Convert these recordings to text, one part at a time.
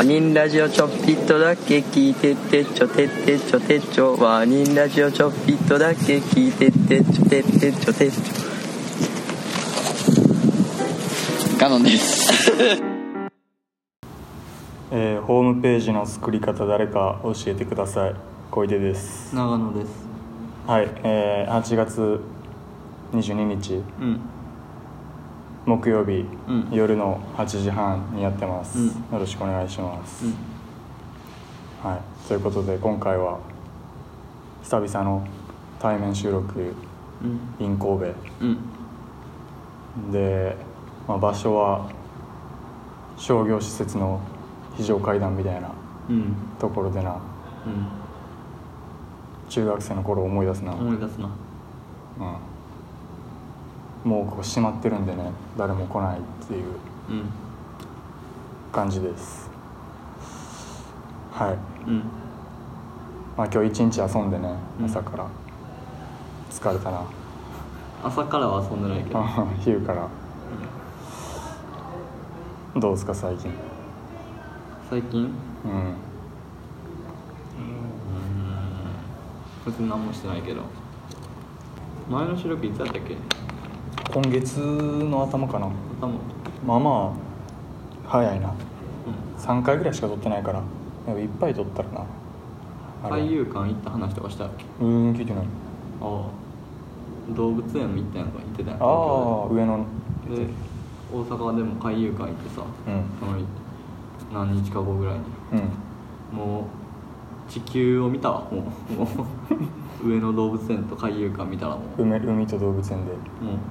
ニンラジオちょっぴっとだけ聞いてってちょてってちょてっちょワーニンラジオちょっぴっとだけ聞いてってちょてってちょてっちょガノンですホームページの作り方誰か教えてください。小出です。 長野です。 はい、8月22日、木曜日、夜の8時半にやってます、よろしくお願いします、はい、ということで今回は久々の対面収録、in 神戸、で、場所は商業施設の非常階段みたいなところでな、中学生の頃思い出すな、もうここ閉まってるんでね、誰も来ないっていう感じです、はい、今日一日遊んでね、朝から疲れたな。 朝からは遊んでないけど昼から、どうですか最近。 別に何もしてないけど。前の収録いつやったっけ。 今月の頭かな。まあ早いな、3回ぐらいしか撮ってないから、いっぱい撮ったらな。 海遊館行った話とかしたっけ。 聞いてない。 動物園みたいなのが行ってたやん。 上野で大阪でも海遊館行ってさ、その何日か後ぐらいに、もう地球を見たわ。もう上野動物園と海遊館見たらもう海と動物園で、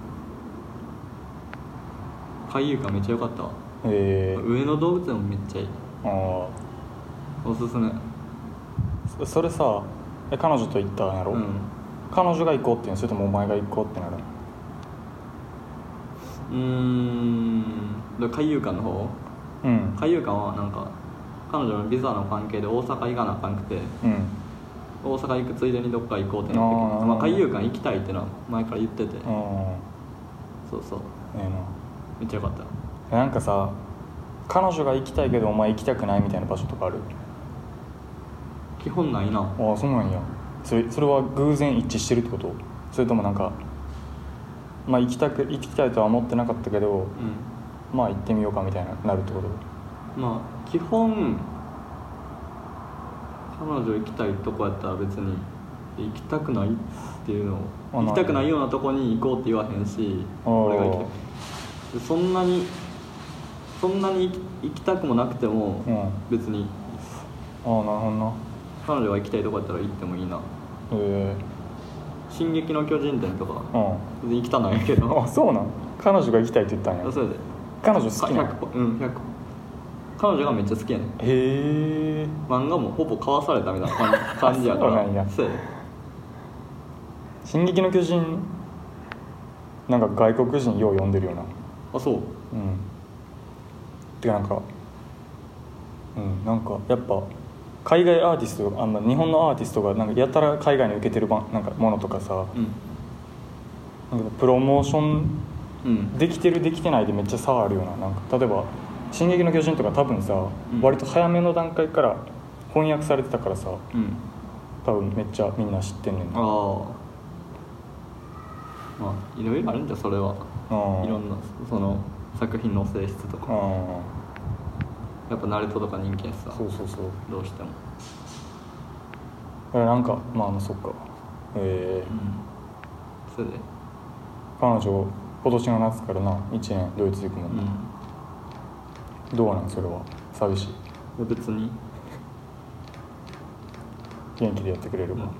海遊館めっちゃ良かったわ。上野動物園もめっちゃいい。おすすめ。 それさ、彼女と行ったんやろ、彼女が行こうっていうの、それともお前が行こうってなる。 海遊館の方、海遊館はなんか彼女のビザの関係で大阪行かなあかんくて、大阪行くついでにどっか行こうってなって、海遊館行きたいってのは前から言ってて、そうそう、めっちゃよかった。 なんかさ、彼女が行きたいけどお前行きたくないみたいな場所とかある？ 基本ないな。 そうなんや。それは偶然一致してるってこと？それともなんか、行きたいとは思ってなかったけど、行ってみようかみたいなるってこと？ 基本彼女行きたいとこやったら別に行きたくないっていうのを、行きたくないようなとこに行こうって言わへんし、俺が行きたい。そんなに行きたくもなくても別に、 なるほどな。 彼女が行きたいとこやったら行ってもいいな。進撃の巨人展とか、別に行きたないけど。 そうなん。彼女が行きたいって言ったんや。 それで彼女好きなの ？100%。彼女がめっちゃ好きやねん。漫画もほぼ買わされたみたいな感じやから。そうやで。 進撃の巨人なんか外国人よう読んでるよな。 そう。 てかなんかやっぱ海外アーティスト、日本のアーティストがなんかやたら海外に受けてるなんかものとかさ、なんかプロモーションできてるできてないでめっちゃ差あるよな。なんか例えば進撃の巨人とか多分さ、割と早めの段階から翻訳されてたからさ、多分めっちゃみんな知ってんねんな。 いろいろあるんじゃ、それは。いろんなその作品の性質とか、やっぱナルトとか人気やしさ。 そうどうしてもなんかそっか。それで彼女今年の夏からな1年ドイツ行くもんな、どうなんそれは。寂しい？ 別に元気でやってくれるか、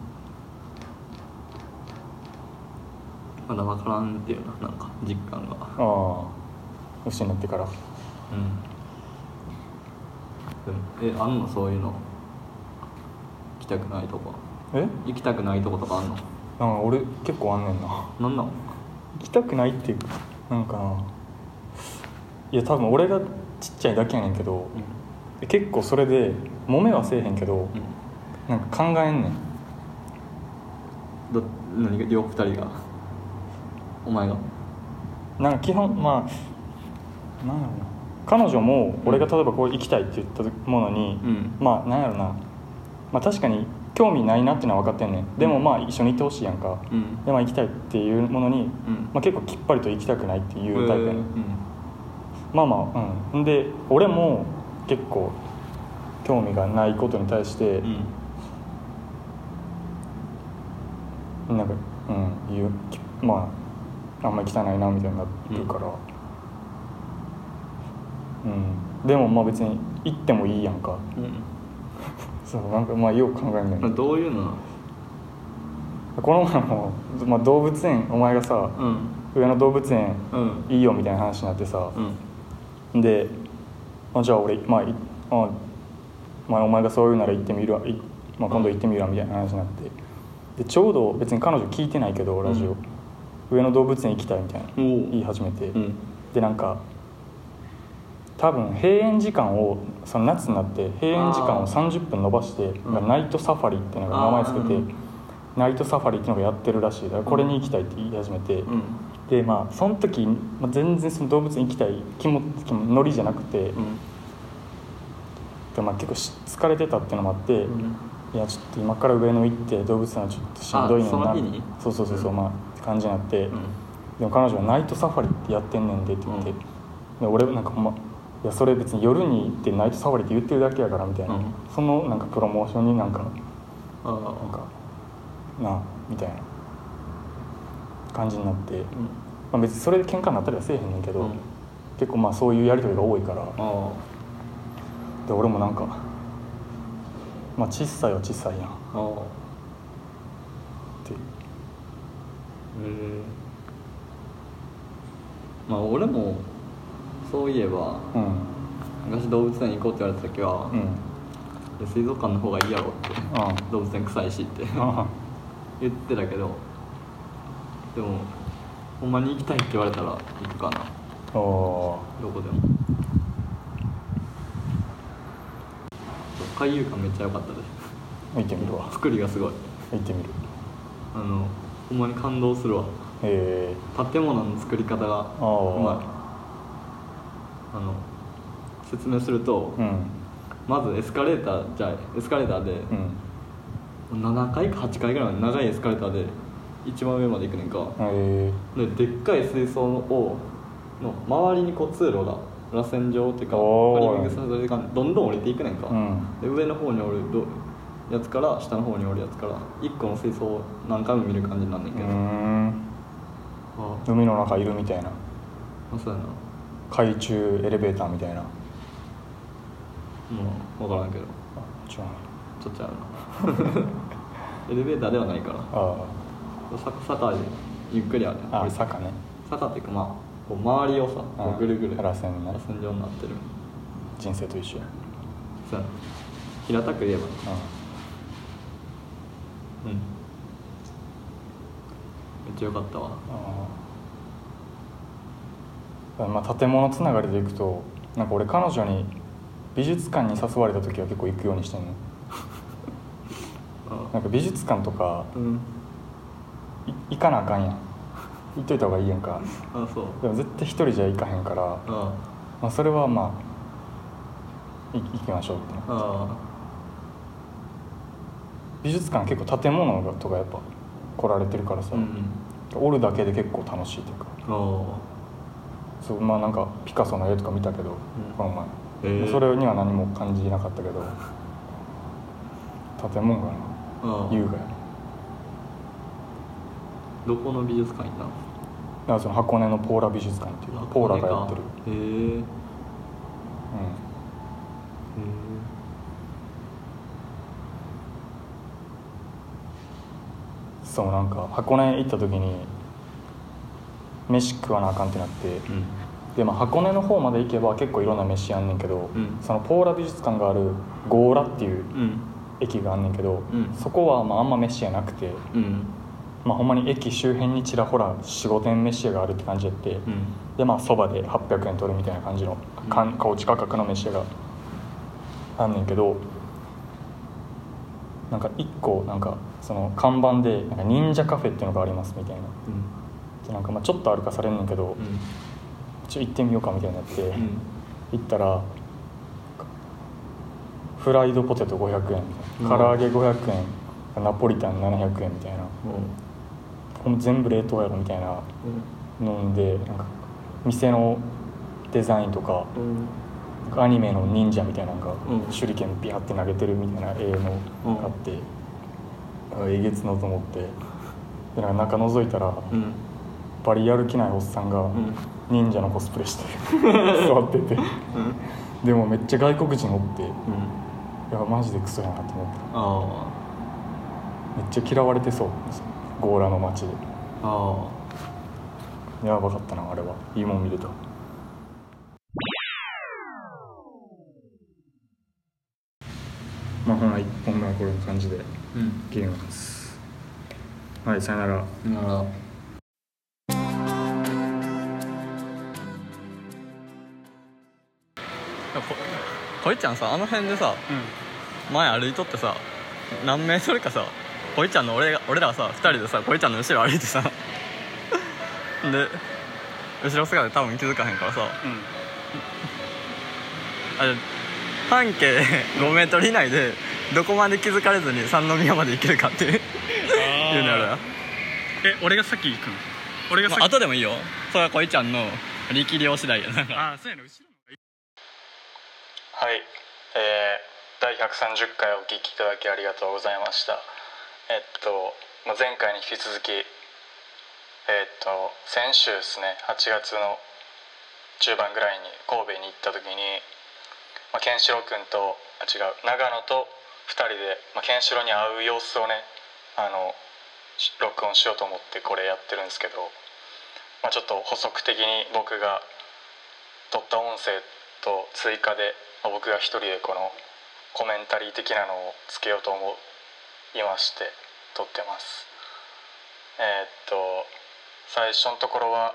まだ分からんっていうなんか実感が。 年になってから。 でもあんのそういうの？行きたくないとこ。行きたくないとことかあんの？ なんか俺結構あんねんな。 なんなん？ 行きたくないっていうか、なんかな、いや多分俺がちっちゃいだけやねんけど、結構それで揉めはせえへんけど、なんか考えんねん。 何が両2人が？お前が？ なんか基本なんだろうな、 彼女も俺が例えばこう行きたいって言ったものに、まあなんやろな、まあ確かに興味ないなっていうのは分かってんねん。でもまあ一緒に行ってほしいやんか、でまあ行きたいっていうものに、まあ、結構きっぱりと行きたくないっていうタイプやねん、まあまあで俺も結構興味がないことに対して、なんかまああんまり汚いなみたいになってるから、でもまあ別に行ってもいいやんか、そうなんかまあよく考えんねん。 どういうの？ この前も、まあ、動物園お前がさ、上野動物園いいよみたいな話になってさ、でじゃあ俺まあお前がそういうなら行ってみるわ、まあ、今度行ってみるわみたいな話になって、でちょうど別に彼女聞いてないけどラジオ、上野動物園行きたいみたいな言い始めて、でなんか多分閉園時間をその夏になって閉園時間を30分延ばして、ナイトサファリっていうのが名前つけて、ナイトサファリっていうのがやってるらしい。だからこれに行きたいって言い始めて、でまあその時、全然その動物園行きたい気もノリじゃなくて、でまあ結構疲れてたっていうのもあって、いやちょっと今から上野行って動物園はちょっとしんどいねんな、そうまあって感じになって、でも彼女はナイトサファリってやってんねんでって言って、で俺なんかほんまいやそれ別に夜に行ってナイトサファリって言ってるだけやからみたいな、そのなんかプロモーションになんかなみたいな感じになって、まあ、別にそれで喧嘩になったりはせえへんねんけど、結構まあそういうやり取りが多いから、で俺もなんかまあ小さいは小さいやんってまあ俺もそういえば、昔動物園行こうって言われた時は、水族館の方がいいやろって、動物園臭いしって言ってたけど、でもほんまに行きたいって言われたら行くかな、どこでも。海遊館めっちゃ良かったです。 行ってみるわ。 作りがすごい。 行ってみる。 ほんまに感動するわ。建物の作り方がうまい。説明すると、まずエスカレーターで、7階か8階ぐらいの長いエスカレーターで一番上まで行くねんか、でっかい水槽の周りにこう通路が螺旋状っていうかパリミングされてどんどん降りていくねんか、で上の方におるやつから下の方におるやつから1個の水槽を何回も見る感じになんねんけど、 海の中いるみたいな。 そうやな、 海中エレベーターみたいな。 分からんけど、ちょっとやるなエレベーターではないから、坂でゆっくりある。 坂ね。 坂っていうかまあこう周りをさ、ぐるぐる螺旋状になってる。 人生と一緒や。 そうやな、平たく言えばめっちゃ良かったわ。 まあ建物つながりでいくと、なんか俺彼女に美術館に誘われた時は結構行くようにしてんのなんか美術館とか、行かなあかんやん、行っといた方がいいやんか。 そうでも絶対一人じゃ行かへんから、まあ、それはまあ行きましょうってなって、美術館結構建物とかやっぱ来られてるからさ、おるだけで結構楽しいというか、そうまあなんかピカソの絵とか見たけど、この前、それには何も感じなかったけど、建物がな優雅や。 どこの美術館行ったの？ だからその箱根のポーラ美術館っていうポーラがやってる。そうなんか箱根行った時に飯食わなあかんってなって、でまあ、箱根の方まで行けば結構いろんな飯やんねんけど、そのポーラ美術館がある強羅っていう駅があんねんけど、そこはまああんま飯やなくて、まあ、ほんまに駅周辺にちらほら 4,5 店飯屋があるって感じやって、でまあそばで800円取るみたいな感じの高知価格の飯屋があんねんけど、なんか1個なんかその看板でなんか忍者カフェっていうのがありますみたいな、でなんかまあちょっと歩かされんねんけど、行ってみようかみたいになって、 行ったらフライドポテト500円唐揚げ500円ナポリタン700円みたいな、うん、全部冷凍やろみたいなので、なんか店のデザインとか、なんかアニメの忍者みたいなのが、手裏剣ビャって投げてるみたいな絵のがあって、えげつのと思って、でなんか中覗いたら、バリやる気ないおっさんが忍者のコスプレして座ってて、でもめっちゃ外国人おって、いやマジでクソやなと思って、めっちゃ嫌われてそう、ゴーラの街で。やばかったなあれは。いいもん見れた。まあほな1本目はこういう感じで切ります、はい、さよなら。 さよなら。こいちゃんさ、あの辺でさ、前歩いとってさ、何メートルかさ、こいちゃんの俺らさ2人でさ、こいちゃんの後ろ歩いてさで後ろ姿で多分気づかへんからさ、あれ半径5メートル以内でどこまで気づかれずに三宮まで行けるかっていういうのやろや。 俺が先行くの？俺が先、 後でもいいよ、それはこいちゃんの力量次第やな。 そうやな、後ろのはい、第130回お聞きいただきありがとうございました。前回に引き続き先週ですね、8月の中盤ぐらいに神戸に行った時に、ケンシロウ君と長野と2人で、ケンシロウに会う様子をね録音しようと思ってこれやってるんですけど、ちょっと補足的に僕が撮った音声と追加で、僕が一人でこのコメンタリー的なのをつけようと思いまして撮ってます。最初のところは、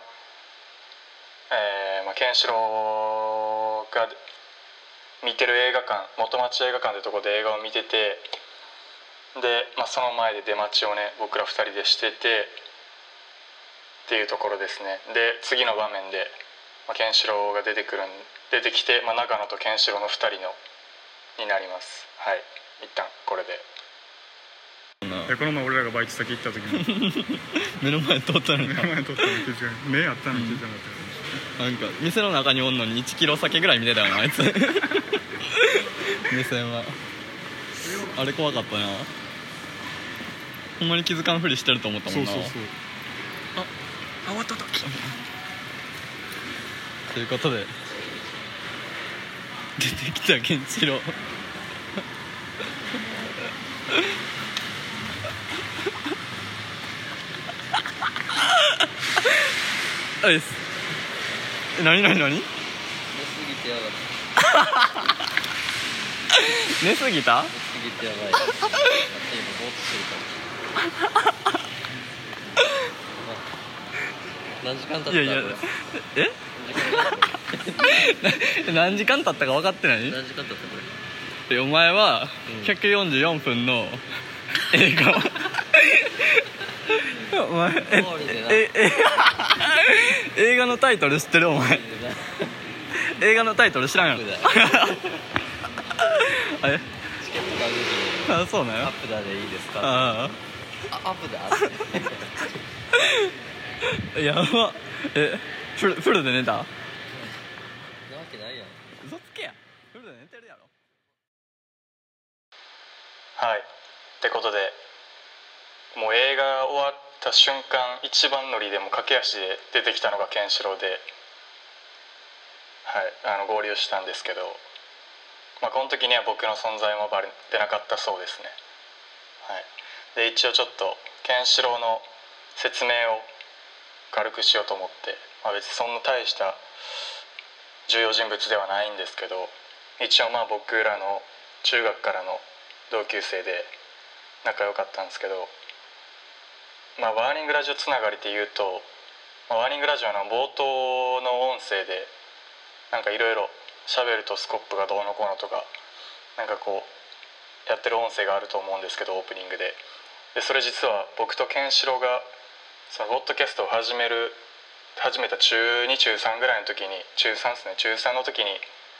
ケンシロウが見てる映画館、元町映画館というところで映画を見てて、で、その前で出待ちをね僕ら2人でしててっていうところですね。で次の場面で、ケンシロウが出てきて、長野とケンシロウの2人のになります。はい、一旦これで。この前俺らがバイト先行った時に目の前通ったのに目あったのに気づかなかった。 なんか店の中におんのに1キロ先ぐらい見てたよなあいつ目線はあれ怖かったな。ほんまに気づかんふりしてると思ったもんな。そう終わった時ということで出てきたケンシロウあれです。何寝すぎてやばい寝すぎた？寝すぎてやばい今ぼーっとしてるから何時間経った？いや何時間経ったか分かってない？何時間経ったこれ？お前は144分の映画お前映画のタイトル知ってる？お前映画のタイトル知らんやろあれ？チケット買う時にそうなんよ。アップダでいいですか？アップダやば。フルで寝た？なわけないやん。嘘つけや。フルで寝てるやろ。 はい、ってことでもう映画終わった瞬間一番乗りでも駆け足で出てきたのがケンシロウで、はい、合流したんですけど、この時には僕の存在もバレてなかったそうですね。はい、で一応ちょっとケンシロウの説明を軽くしようと思って、別にそんな大した重要人物ではないんですけど、一応僕らの中学からの同級生で仲良かったんですけど、ワーニングラジオつながりで言うと、ワーニングラジオの冒頭の音声でいろいろ喋るとスコップがどうのこうのとかやってる音声があると思うんですけど、オープニングでそれ実は僕とケンシロウがそのポッドキャストを始めた中2中3ぐらいの時に、中3ですね、中3の時に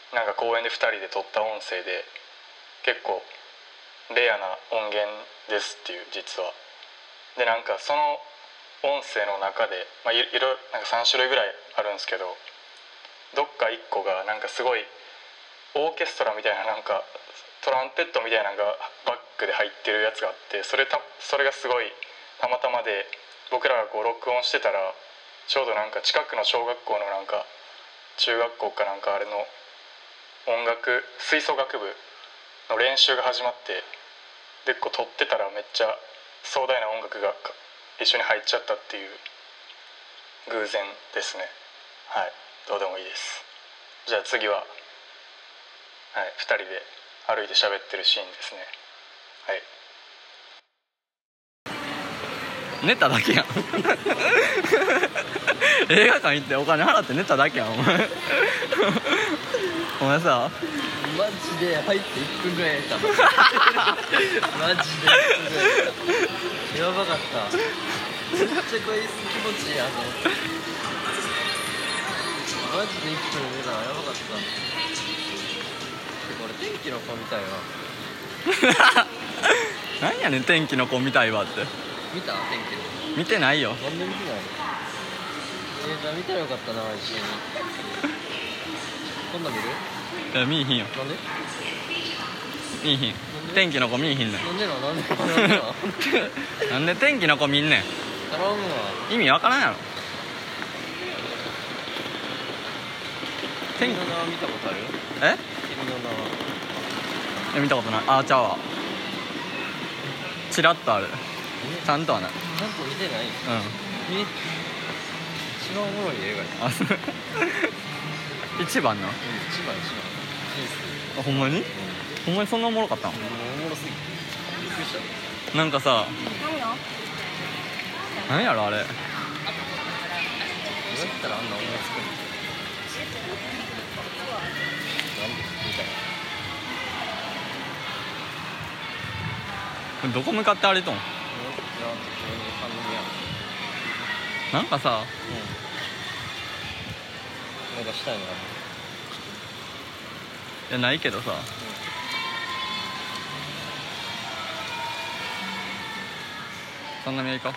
なんか公園で2人で撮った音声で結構レアな音源ですっていう実は。でなんかその音声の中で、まあ、いろなんか3種類ぐらいあるんですけど、どっか1個がなんかすごいオーケストラみたいな、なんかトランペットみたいなのがバックで入ってるやつがあって、それがすごいたまたまで、僕らがこう録音してたらちょうどなんか近くの小学校のなんか中学校かなんかあれの吹奏楽部の練習が始まって、でこう撮ってたらめっちゃ壮大な音楽が一緒に入っちゃったっていう偶然ですね。はい、どうでもいいです。じゃあ次は、はい、2人で歩いて喋ってるシーンですね。はい。 寝ただけやん映画館行ってお金払って寝ただけやんお前お前さマジで入って1分ぐらいやったマジで1分ぐらいやったやばかった。めっちゃこれ気持ちいいやと思ってマジで1分寝たらやばかった。俺天気の子みたいわ何やねん天気の子みたいわって。 見た？天気の子見てないよ。 なんで見てないの？じゃあ見たらよかったな一緒に。こんなん見る？ いや見いひんよ。 なんで？ 見いひん。天気の子見いひんねん。 なんでなんで天気の子見んねん。 頼むわ。 意味わからんやろ。 君の名は見たことある？君の名は見たことない。あーちゃうわ。チラッとある。ちゃんとはない。 ちゃんと見てない？ うん。 一番おもろい映画や。 一番な。 一番あ、ほんまに？ほんまにそんなおもろかったの？ おもろすぎてびっくりした。 なんかさ、何やろあれ。 どうやったらあんな思いつくの？なんでみたいな。 どこ向かって歩いとん？なんかさ、 なんかしたいのある？ いやないけどさ、そんな見合いか。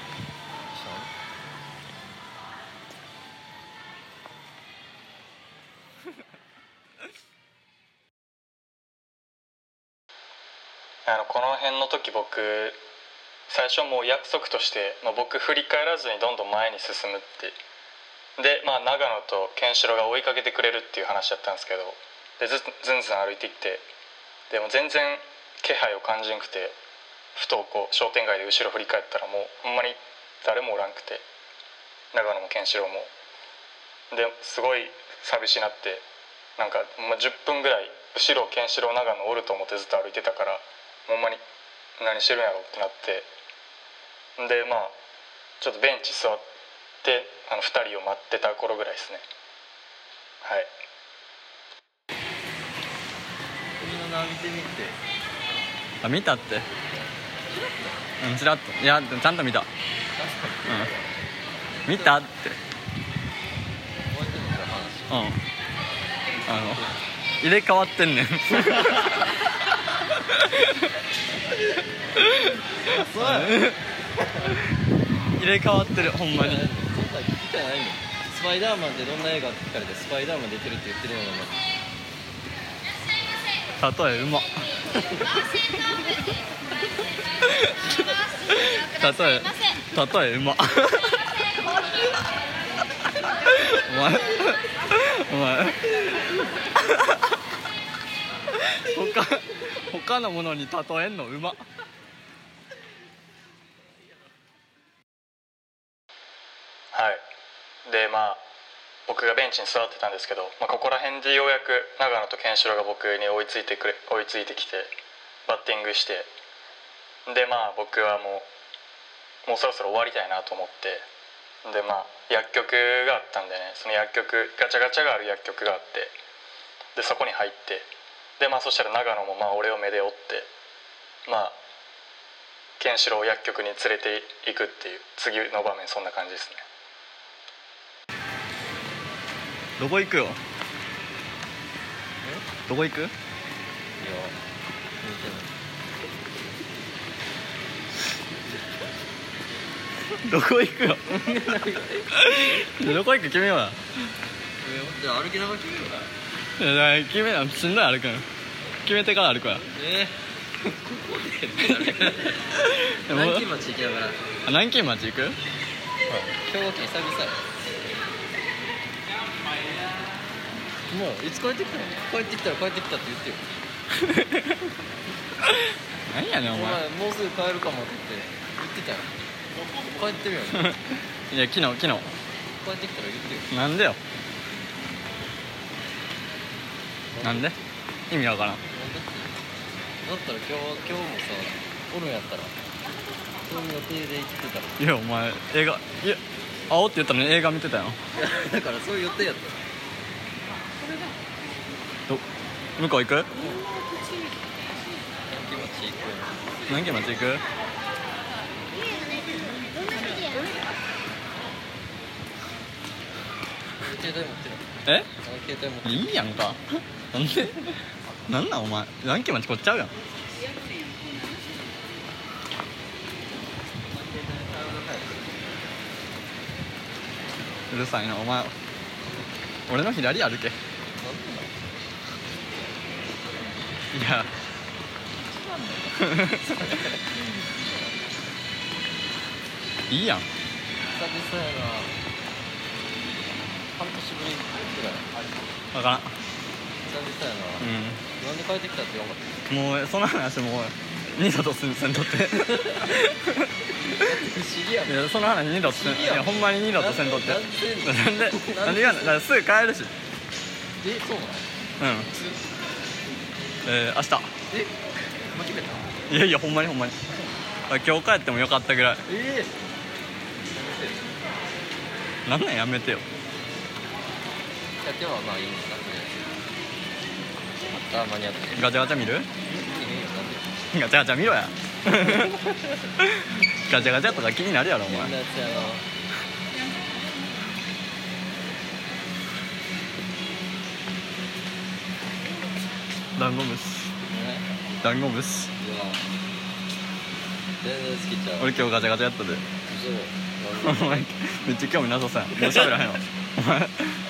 この辺の時僕最初もう約束として、僕振り返らずにどんどん前に進むってで、長野とケンシロウが追いかけてくれるっていう話だったんですけど、でずんずん歩いていって、でも全然気配を感じんくて、ふとこう商店街で後ろ振り返ったらもうほんまに誰もおらんくて、長野もケンシロウもですごい寂しなって、なんか10分ぐらい後ろケンシロウ長野おると思ってずっと歩いてたから、ほんまに何してるんやろってなって、でちょっとベンチ座って2人を待ってた頃ぐらいですね。はい。 君の名見てみて。 あ、見たって。うん、ちらっと。いやちゃんと見た。見たって。 覚えてんのじゃ話。 入れ替わってんねんそうや入れ替わってる、ほんまに。 そんなん聞きたいないの？スパイダーマンってどんな映画って聞かれて、スパイダーマン出てるって言ってるような例えうま例えうまお前他のものに例えんのうま。 はい。で僕がベンチに座ってたんですけど、ここら辺でようやく長野とケンシロウが僕に追いついてきてバッティングして、で僕はもうそろそろ終わりたいなと思って、で薬局があったんでね、その薬局ガチャガチャがある薬局があって、でそこに入って、でそしたら長野も俺を目で追って、ケンシロウを薬局に連れていくっていう、次の場面そんな感じですね。 どこ行くよ。 どこ行く？ いやどこ行くよどこ行く決めようや。 じゃあ歩きながら決めようか。 決めな、しんどい歩くん。決めてから歩くわ。 ここで南京町行きながら。 南京町行く？ 兵庫県久々や。もういつ帰ってきたの？帰ってきたら帰ってきたって言ってよ何やねんお前。 もうすぐ帰るかもって言ってたよ。帰ってるよねいや昨日帰ってきたら言ってよ。 なんでよ。なんで意味わからん。 だったら今日もさおるんやったらそういう予定で行ってたら。 いやお前映画、いや青って言ったのに映画見てたよ。 だからそういう予定やったら。 向こう行く？ 南京町行く。 南京町行く？ 携帯持ってる。 え？ 携帯持ってる。 いいやんかなんでなんなんお前。南京町こっちゃうやん。うるさいなお前。俺の左歩け。いやいいやん。 久々やな。半年ぶりぐらい。 分からん。 久々やな。なんで帰ってきたって言わなかった。 もうその話もう二度とせんとって不思議やもん。 いやその話二度とせん。いやほんまに二度とせんとって。なんで言わない。だからすぐ帰るし。 そうなの？ 明日。 もう決めた？ いやいやほんまに今日帰ってもよかったぐらい。なんなんやめてよ。 いや今日はまあいいんですかね。間に合って。 ガチャガチャ見る？ガチャガチャ見ろやガチャガチャとか気になるやろお前。 変なやつやな。 ダンゴムシ。ダンゴムシ。 いや全然好きちゃう。 俺今日ガチャガチャやったで。 そうお前めっちゃ興味なさそうやん。もう喋らへんわお前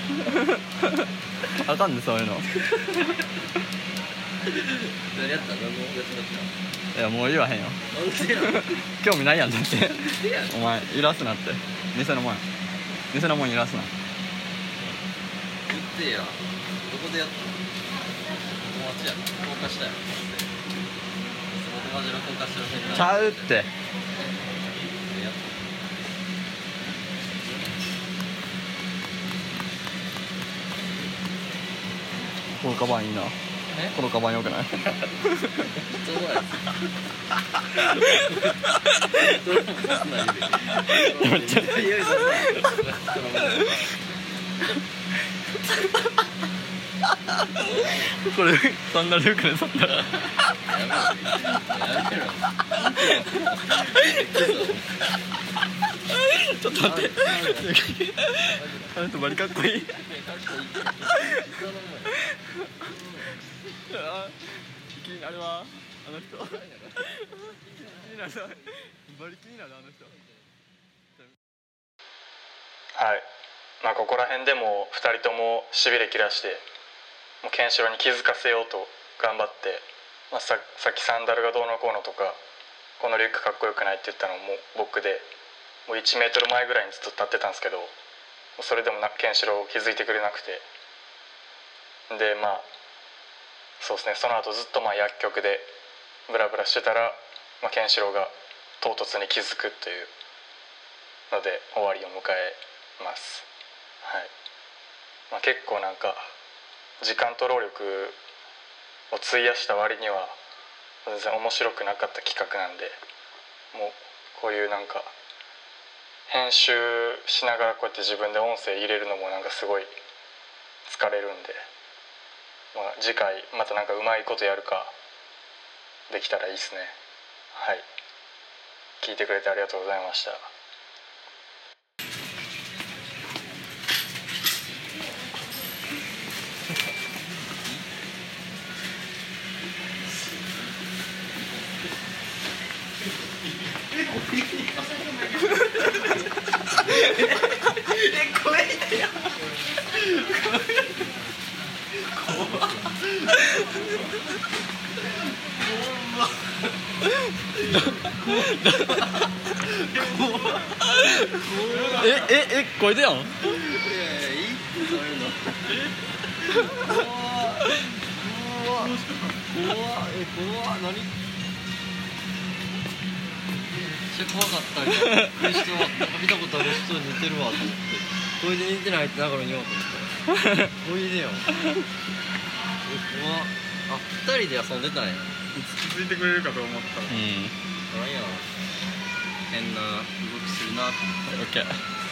あかんでそういうの何やった？何のやつだった？ いやもう言わへんよ。 なんでや興味ないやんだってでやお前いらすなって。店のもんいらすな。 言ってや。どこでやったの？友達や。高架下や。その友達の高架下の辺ちゃうって。このカバンいいな。このカバンよくない？ そうやめっちゃこれサンダルよくない？サンダルやめろちょっと待ってあの人バリかっこいい気になるわあの人気になるバリ気になるあの人。はい、まあここら辺でも2人ともしびれ切らしてもうケンシロウに気づかせようと頑張って、まあ、さっきサンダルがどうのこうのとかこのリュックかっこよくないって言ったのも僕でもう1メートル前ぐらいにずっと立ってたんですけどそれでもケンシロウ気づいてくれなくてでまあそうですねその後ずっとまあ薬局でブラブラしてたら、まあ、ケンシロウが唐突に気づくというので終わりを迎えます。はいまあ、結構なんか時間と労力を費やした割には全然面白くなかった企画なんでもうこういうなんか編集しながらこうやって自分で音声入れるのもなんかすごい疲れるんで、まあ、次回またなんかうまいことやるかできたらいいですね。はい聞いてくれてありがとうございました。 怖いねやこれでやん。 いやいやいいってそういうの怖っ何めっちゃ怖かったみたいな人見たことある人に似てるわと思ってこれで似てないってだから言おうと思ったらこれでよ怖っあ、2人で遊んでたんや気づいてくれるかと思ったらなんや変な動きするなと思ってオッケー。